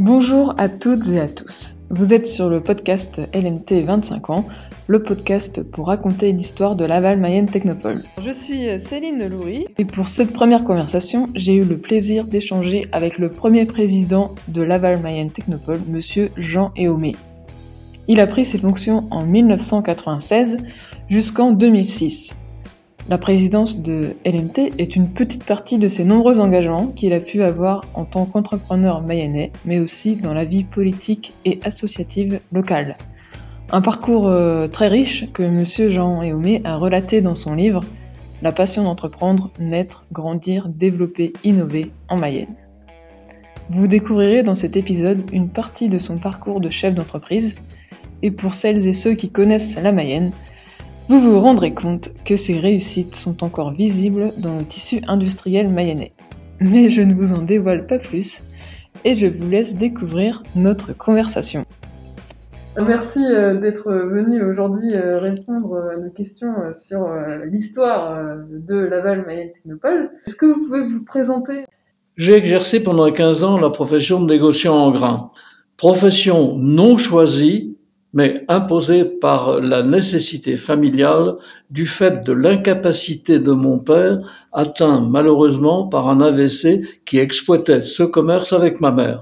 Bonjour à toutes et à tous. Vous êtes sur le podcast LMT 25 ans, le podcast pour raconter l'histoire de Laval Mayenne Technopole. Je suis Céline Loury et pour cette première conversation, j'ai eu le plaisir d'échanger avec le premier président de Laval Mayenne Technopole, monsieur Jean Éaumé. Il a pris ses fonctions en 1996 jusqu'en 2006. La présidence de LMT est une petite partie de ses nombreux engagements qu'il a pu avoir en tant qu'entrepreneur mayennais, mais aussi dans la vie politique et associative locale. Un parcours très riche que monsieur Jean Éaumé a relaté dans son livre « La passion d'entreprendre, naître, grandir, développer, innover en Mayenne ». Vous découvrirez dans cet épisode une partie de son parcours de chef d'entreprise, et pour celles et ceux qui connaissent la Mayenne, vous vous rendrez compte que ces réussites sont encore visibles dans le tissu industriel mayennais. Mais je ne vous en dévoile pas plus et je vous laisse découvrir notre conversation. Merci d'être venu aujourd'hui répondre à nos questions sur l'histoire de Laval Mayenne Technopole. Est-ce que vous pouvez vous présenter ? J'ai exercé pendant 15 ans la profession de négociant en grains. Profession non choisie, mais imposée par la nécessité familiale du fait de l'incapacité de mon père, atteint malheureusement par un AVC qui exploitait ce commerce avec ma mère.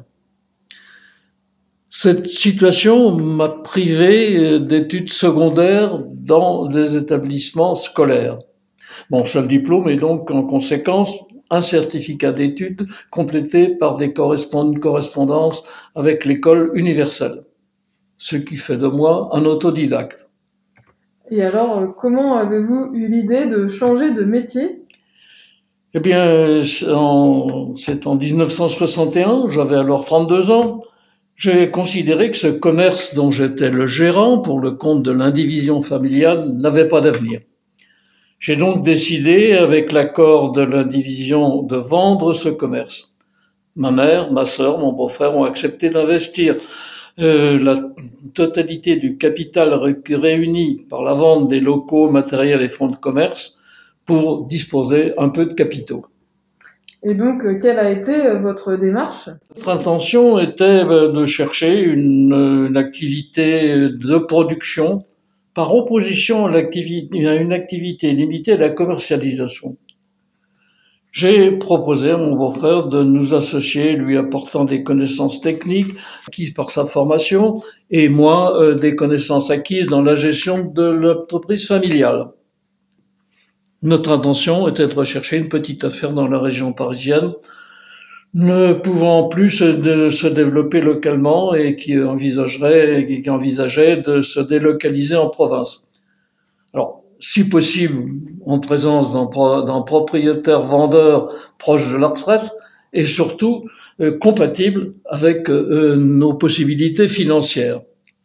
Cette situation m'a privé d'études secondaires dans des établissements scolaires. Mon seul diplôme est donc en conséquence un certificat d'études complété par une correspondance avec l'école universelle, ce qui fait de moi un autodidacte. Et alors, comment avez-vous eu l'idée de changer de métier ? Eh bien, c'est en 1961, j'avais alors 32 ans. J'ai considéré que ce commerce dont j'étais le gérant pour le compte de l'indivision familiale n'avait pas d'avenir. J'ai donc décidé, avec l'accord de l'indivision, de vendre ce commerce. Ma mère, ma sœur, mon beau-frère ont accepté d'investir la totalité du capital réuni par la vente des locaux, matériels et fonds de commerce pour disposer un peu de capitaux. Et donc, quelle a été votre démarche ? Notre intention était de chercher une activité de production par opposition à une activité limitée à la commercialisation. J'ai proposé à mon beau-frère de nous associer, lui apportant des connaissances techniques acquises par sa formation et moi des connaissances acquises dans la gestion de l'entreprise familiale. Notre intention était de rechercher une petite affaire dans la région parisienne, ne pouvant plus se développer localement et qui envisageait de se délocaliser en province. Alors, si possible, en présence d'un propriétaire vendeur proche de la retraite et surtout compatible avec nos possibilités financières.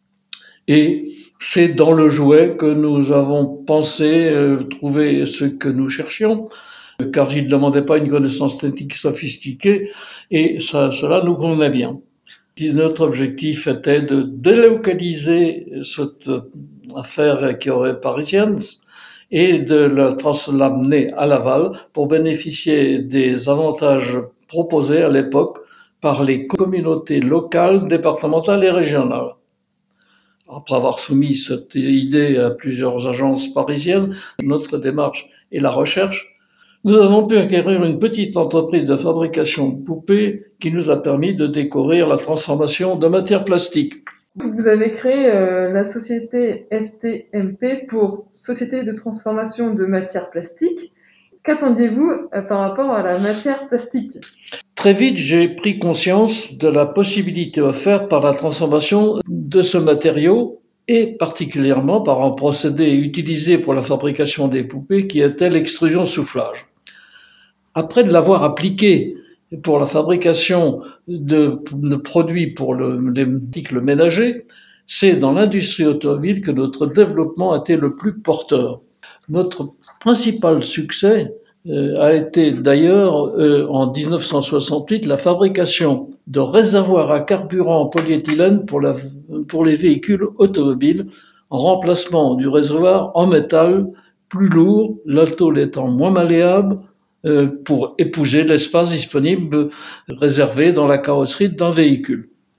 Et c'est dans le jouet que nous avons pensé trouver ce que nous cherchions, car il ne demandait pas une connaissance technique sophistiquée et cela nous convenait bien. Notre objectif était de délocaliser cette affaire qui aurait parisienne et de l'amener à Laval pour bénéficier des avantages proposés à l'époque par les communautés locales, départementales et régionales. Après avoir soumis cette idée à plusieurs agences parisiennes, notre démarche et la recherche, nous avons pu acquérir une petite entreprise de fabrication de poupées qui nous a permis de découvrir la transformation de matières plastiques. Vous avez créé la société STMP pour Société de transformation de matières plastiques. Qu'attendiez-vous par rapport à la matière plastique ? Très vite, j'ai pris conscience de la possibilité offerte par la transformation de ce matériau et particulièrement par un procédé utilisé pour la fabrication des poupées qui était l'extrusion soufflage. Après de l'avoir appliqué pour la fabrication de produits pour les articles ménagers, c'est dans l'industrie automobile que notre développement a été le plus porteur. Notre principal succès a été d'ailleurs en 1968 la fabrication de réservoirs à carburant en polyéthylène pour les véhicules automobiles en remplacement du réservoir en métal plus lourd, l'atole étant moins malléable, pour épouser l'espace disponible réservé dans la carrosserie d'un véhicule.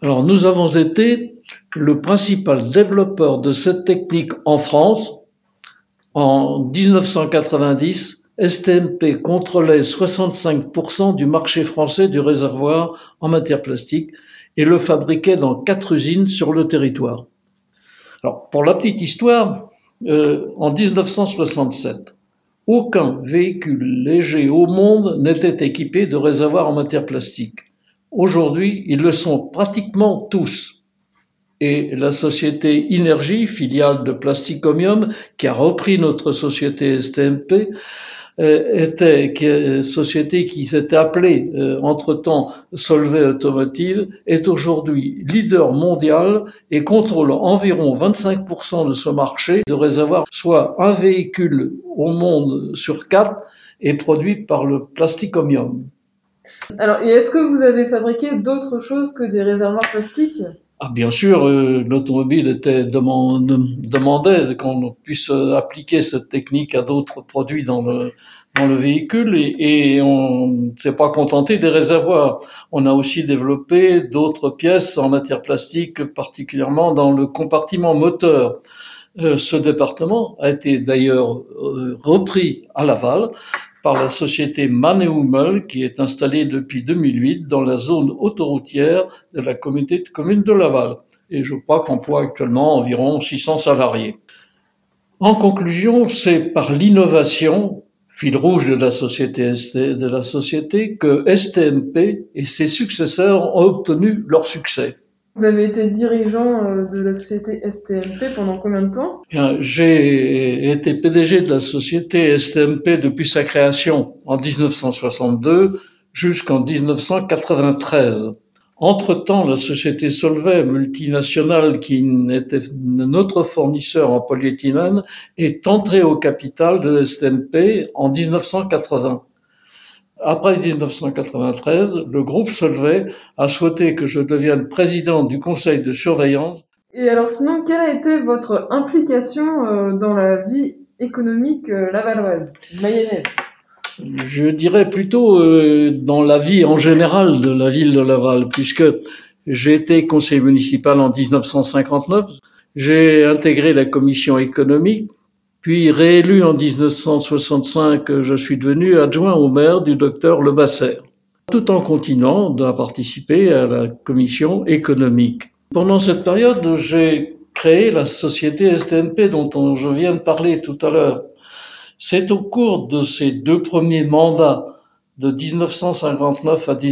Alors, nous avons été le principal développeur de cette technique en France. En 1990, STMP contrôlait 65% du marché français du réservoir en matière plastique et le fabriquait dans 4 usines sur le territoire. Alors, pour la petite histoire, en 1967, aucun véhicule léger au monde n'était équipé de réservoirs en matière plastique. Aujourd'hui, ils le sont pratiquement tous. Et la société Inergie, filiale de Plasticomium, qui a repris notre société STMP, société qui s'était appelée entre-temps Solvay Automotive, est aujourd'hui leader mondial et contrôle environ 25% de ce marché de réservoirs, soit un véhicule au monde sur 4 est produit par le Plasticomium. Alors, et est-ce que vous avez fabriqué d'autres choses que des réservoirs plastiques? Ah, bien sûr, l'automobile demandait qu'on puisse appliquer cette technique à d'autres produits dans le véhicule et on ne s'est pas contenté des réservoirs. On a aussi développé d'autres pièces en matière plastique, particulièrement dans le compartiment moteur. Ce département a été d'ailleurs repris à Laval par la société MAN & Hummel, qui est installée depuis 2008 dans la zone autoroutière de la communauté de communes de Laval. Et je crois qu'emploie actuellement environ 600 salariés. En conclusion, c'est par l'innovation, fil rouge de la société, que STMP et ses successeurs ont obtenu leur succès. Vous avez été dirigeant de la société STMP pendant combien de temps? J'ai été PDG de la société STMP depuis sa création en 1962 jusqu'en 1993. Entre-temps, la société Solvay, multinationale qui était notre fournisseur en polyéthylène, est entrée au capital de STMP en 1980. Après 1993, le groupe Solvay a souhaité que je devienne président du conseil de surveillance. Et alors sinon, quelle a été votre implication dans la vie économique lavalloise, mayonnaise? Je dirais plutôt dans la vie en général de la ville de Laval, puisque j'ai été conseiller municipal en 1959, j'ai intégré la commission économique, puis réélu en 1965, je suis devenu adjoint au maire du docteur Lebasser, tout en continuant à participer à la commission économique. Pendant cette période, j'ai créé la société STMP dont je viens de parler tout à l'heure. C'est au cours de ces 2 premiers mandats, de 1959 à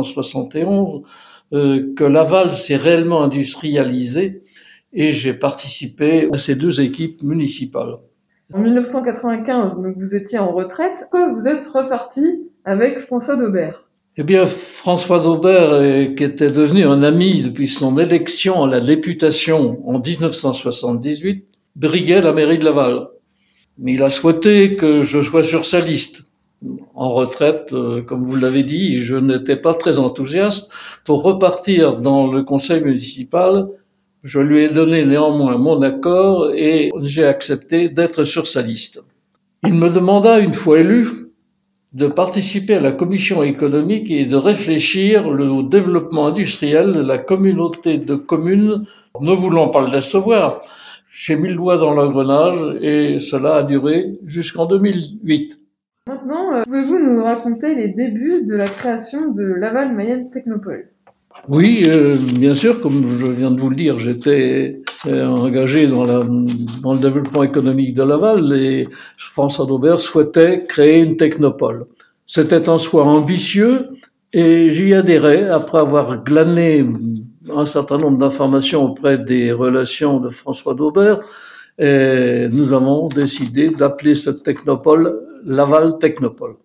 1971, que Laval s'est réellement industrialisé et j'ai participé à ces 2 équipes municipales. En 1995, donc vous étiez en retraite. Pourquoi vous êtes reparti avec François Daubert? Eh bien, François Daubert, qui était devenu un ami depuis son élection à la députation en 1978, briguait la mairie de Laval. Mais il a souhaité que je sois sur sa liste. En retraite, comme vous l'avez dit, je n'étais pas très enthousiaste. Pour repartir dans le conseil municipal, je lui ai donné néanmoins mon accord et j'ai accepté d'être sur sa liste. Il me demanda, une fois élu, de participer à la commission économique et de réfléchir au développement industriel de la communauté de communes. Ne voulant pas le décevoir, j'ai mis le doigt dans l'engrenage et cela a duré jusqu'en 2008. Maintenant, pouvez-vous nous raconter les débuts de la création de Laval Mayenne Technopole? Oui, bien sûr, comme je viens de vous le dire, j'étais engagé dans le développement économique de Laval et François Daubert souhaitait créer une technopole. C'était en soi ambitieux et j'y adhérais après avoir glané un certain nombre d'informations auprès des relations de François Daubert. Et nous avons décidé d'appeler cette technopole Laval Technopole.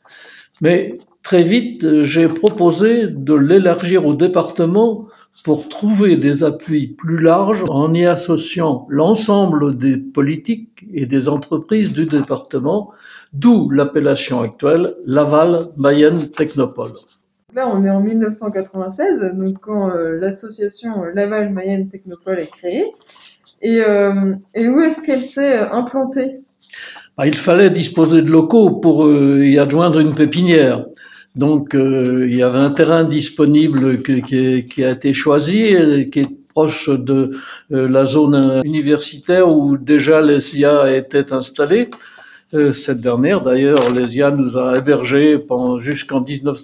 Mais très vite, j'ai proposé de l'élargir au département pour trouver des appuis plus larges en y associant l'ensemble des politiques et des entreprises du département, d'où l'appellation actuelle Laval Mayenne Technopole. Là, on est en 1996, donc quand l'association Laval Mayenne Technopole est créée. Et où est-ce qu'elle s'est implantée? Il fallait disposer de locaux pour y adjoindre une pépinière. Donc il y avait un terrain disponible qui a été choisi, qui est proche de la zone universitaire où déjà l'ESIA était installée. Cette dernière, d'ailleurs, l'ESIA nous a hébergés jusqu'en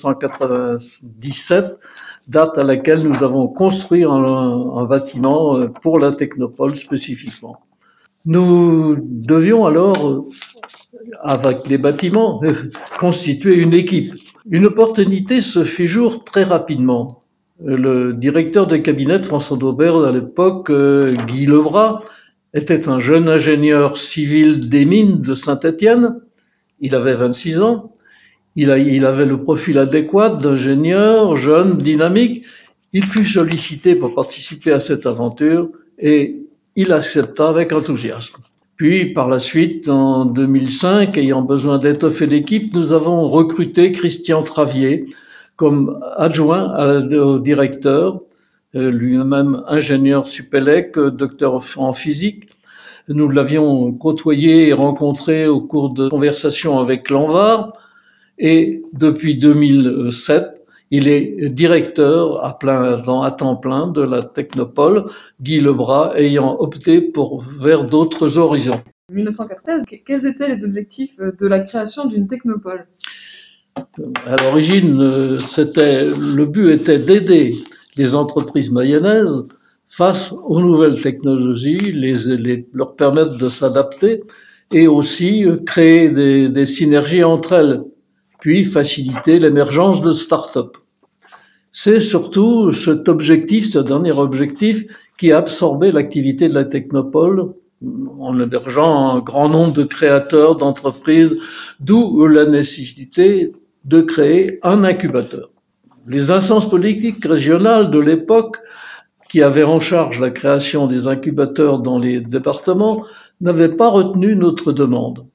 1997, date à laquelle nous avons construit un bâtiment pour la Technopole spécifiquement. Nous devions alors, avec les bâtiments, constituer une équipe. Une opportunité se fit jour très rapidement. Le directeur de cabinet de François Daubert à l'époque, Guy Levrat, était un jeune ingénieur civil des mines de Saint-Étienne. Il avait 26 ans. Il avait le profil adéquat d'ingénieur, jeune, dynamique. Il fut sollicité pour participer à cette aventure et il accepta avec enthousiasme. Puis, par la suite, en 2005, ayant besoin d'étoffer l'équipe, nous avons recruté Christian Travier comme adjoint au directeur, lui-même ingénieur Supélec, docteur en physique. Nous l'avions côtoyé et rencontré au cours de conversations avec l'ANVAR et depuis 2007, il est directeur à temps plein de la Technopole, Guy Lebras ayant opté vers d'autres horizons. En 1993, quels étaient les objectifs de la création d'une Technopole? À l'origine, le but était d'aider les entreprises mayonnaises face aux nouvelles technologies, leur permettre de s'adapter et aussi créer des synergies entre elles, puis faciliter l'émergence de start-up. C'est surtout ce dernier objectif, qui a absorbé l'activité de la Technopole en hébergeant un grand nombre de créateurs d'entreprises, d'où la nécessité de créer un incubateur. Les instances politiques régionales de l'époque, qui avaient en charge la création des incubateurs dans les départements, n'avaient pas retenu notre demande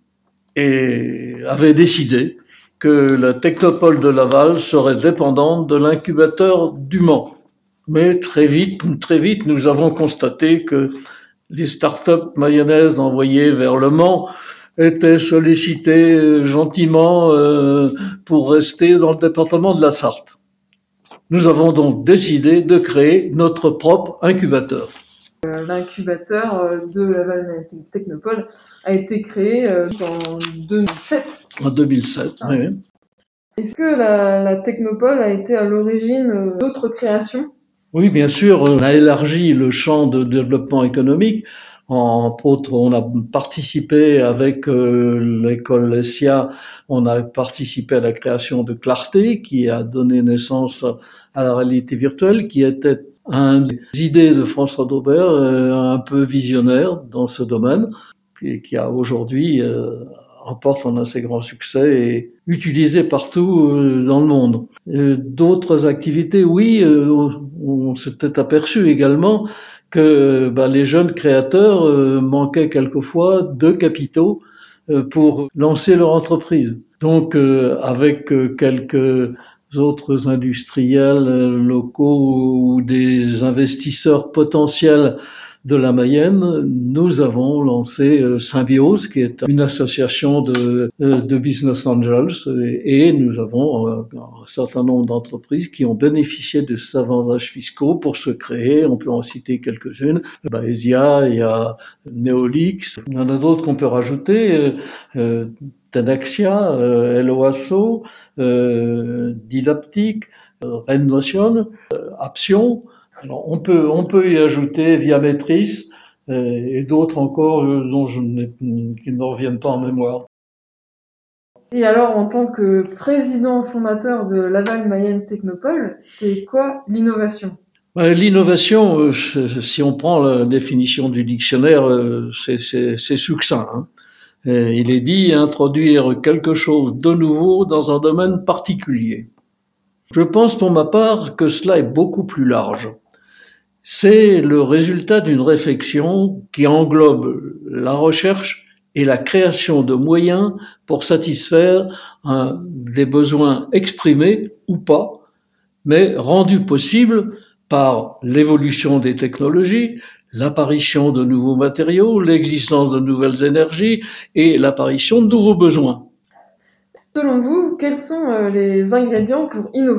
et avaient décidé que la Technopole de Laval serait dépendante de l'incubateur du Mans. Mais très vite, nous avons constaté que les start-up mayonnaises envoyées vers le Mans étaient sollicitées gentiment pour rester dans le département de la Sarthe. Nous avons donc décidé de créer notre propre incubateur. L'incubateur de Laval Mayenne Technopole a été créé en 2007. En 2007, oui. Est-ce que la Technopole a été à l'origine d'autres créations? Oui, bien sûr, on a élargi le champ de développement économique. Entre autres, on a participé avec l'école LESIA, on a participé à la création de Clarté, qui a donné naissance à la réalité virtuelle, qui était une des idées de François Daubert, un peu visionnaire dans ce domaine, et qui a aujourd'hui remporte un assez grand succès et utilisé partout dans le monde. D'autres activités, oui, on s'était aperçu également que les jeunes créateurs manquaient quelquefois de capitaux pour lancer leur entreprise. Donc, avec quelques autres industriels locaux ou des investisseurs potentiels de la Mayenne, nous avons lancé Symbiose, qui est une association de business angels, et nous avons un certain nombre d'entreprises qui ont bénéficié de ces avantages fiscaux pour se créer. On peut en citer quelques-unes. ESIA, il y a Neolix, il y en a d'autres qu'on peut rajouter. Tenaxia, Eloasso, Didaptic, Renmotion, Aption. Alors, on peut y ajouter Viametris et d'autres encore qui ne me reviennent pas en mémoire. Et alors, en tant que président fondateur de Laval Mayenne Technopole, c'est quoi l'innovation? L'innovation, si on prend la définition du dictionnaire, c'est succinct, hein. Il est dit introduire quelque chose de nouveau dans un domaine particulier. Je pense pour ma part que cela est beaucoup plus large. C'est le résultat d'une réflexion qui englobe la recherche et la création de moyens pour satisfaire des besoins exprimés ou pas, mais rendus possibles par l'évolution des technologies, l'apparition de nouveaux matériaux, l'existence de nouvelles énergies et l'apparition de nouveaux besoins. Selon vous, quels sont les ingrédients pour innover ?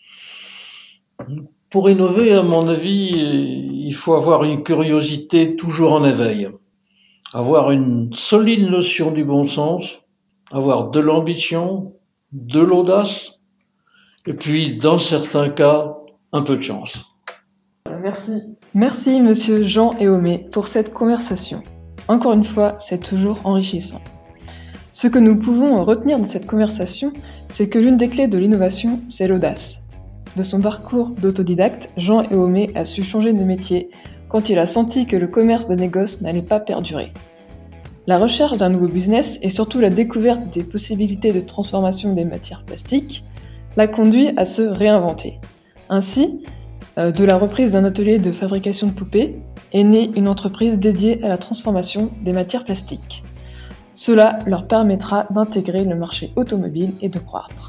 Pour innover, à mon avis, il faut avoir une curiosité toujours en éveil, avoir une solide notion du bon sens, avoir de l'ambition, de l'audace, et puis, dans certains cas, un peu de chance. Merci. Merci, monsieur Jean Éomé, pour cette conversation. Encore une fois, c'est toujours enrichissant. Ce que nous pouvons retenir de cette conversation, c'est que l'une des clés de l'innovation, c'est l'audace. De son parcours d'autodidacte, Jean Éomé a su changer de métier quand il a senti que le commerce de négoce n'allait pas perdurer. La recherche d'un nouveau business et surtout la découverte des possibilités de transformation des matières plastiques l'a conduit à se réinventer. Ainsi, de la reprise d'un atelier de fabrication de poupées est née une entreprise dédiée à la transformation des matières plastiques. Cela leur permettra d'intégrer le marché automobile et de croître.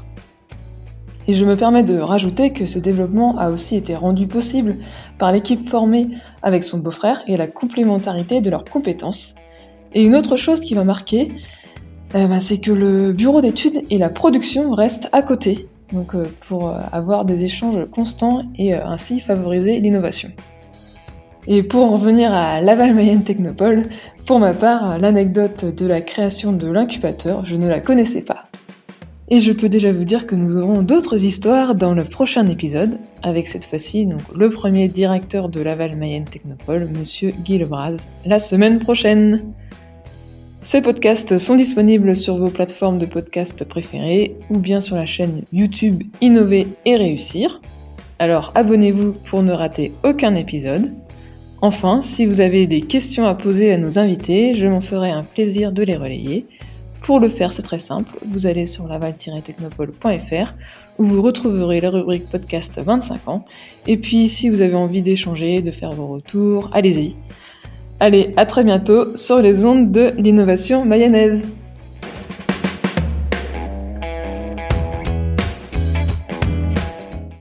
Et je me permets de rajouter que ce développement a aussi été rendu possible par l'équipe formée avec son beau-frère et la complémentarité de leurs compétences. Et une autre chose qui m'a marqué, c'est que le bureau d'études et la production restent à côté, donc pour avoir des échanges constants et ainsi favoriser l'innovation. Et pour en revenir à Laval Mayenne Technopole, pour ma part, l'anecdote de la création de l'incubateur, je ne la connaissais pas. Et je peux déjà vous dire que nous aurons d'autres histoires dans le prochain épisode, avec cette fois-ci donc le premier directeur de Laval Mayenne Technopole, monsieur Guy Lebras, la semaine prochaine. Ces podcasts sont disponibles sur vos plateformes de podcasts préférées ou bien sur la chaîne YouTube Innover et Réussir. Alors abonnez-vous pour ne rater aucun épisode. Enfin, si vous avez des questions à poser à nos invités, je m'en ferai un plaisir de les relayer. Pour le faire, c'est très simple, vous allez sur laval-technopole.fr où vous retrouverez la rubrique podcast 25 ans. Et puis, si vous avez envie d'échanger, de faire vos retours, allez-y. Allez, à très bientôt sur les ondes de l'innovation mayonnaise.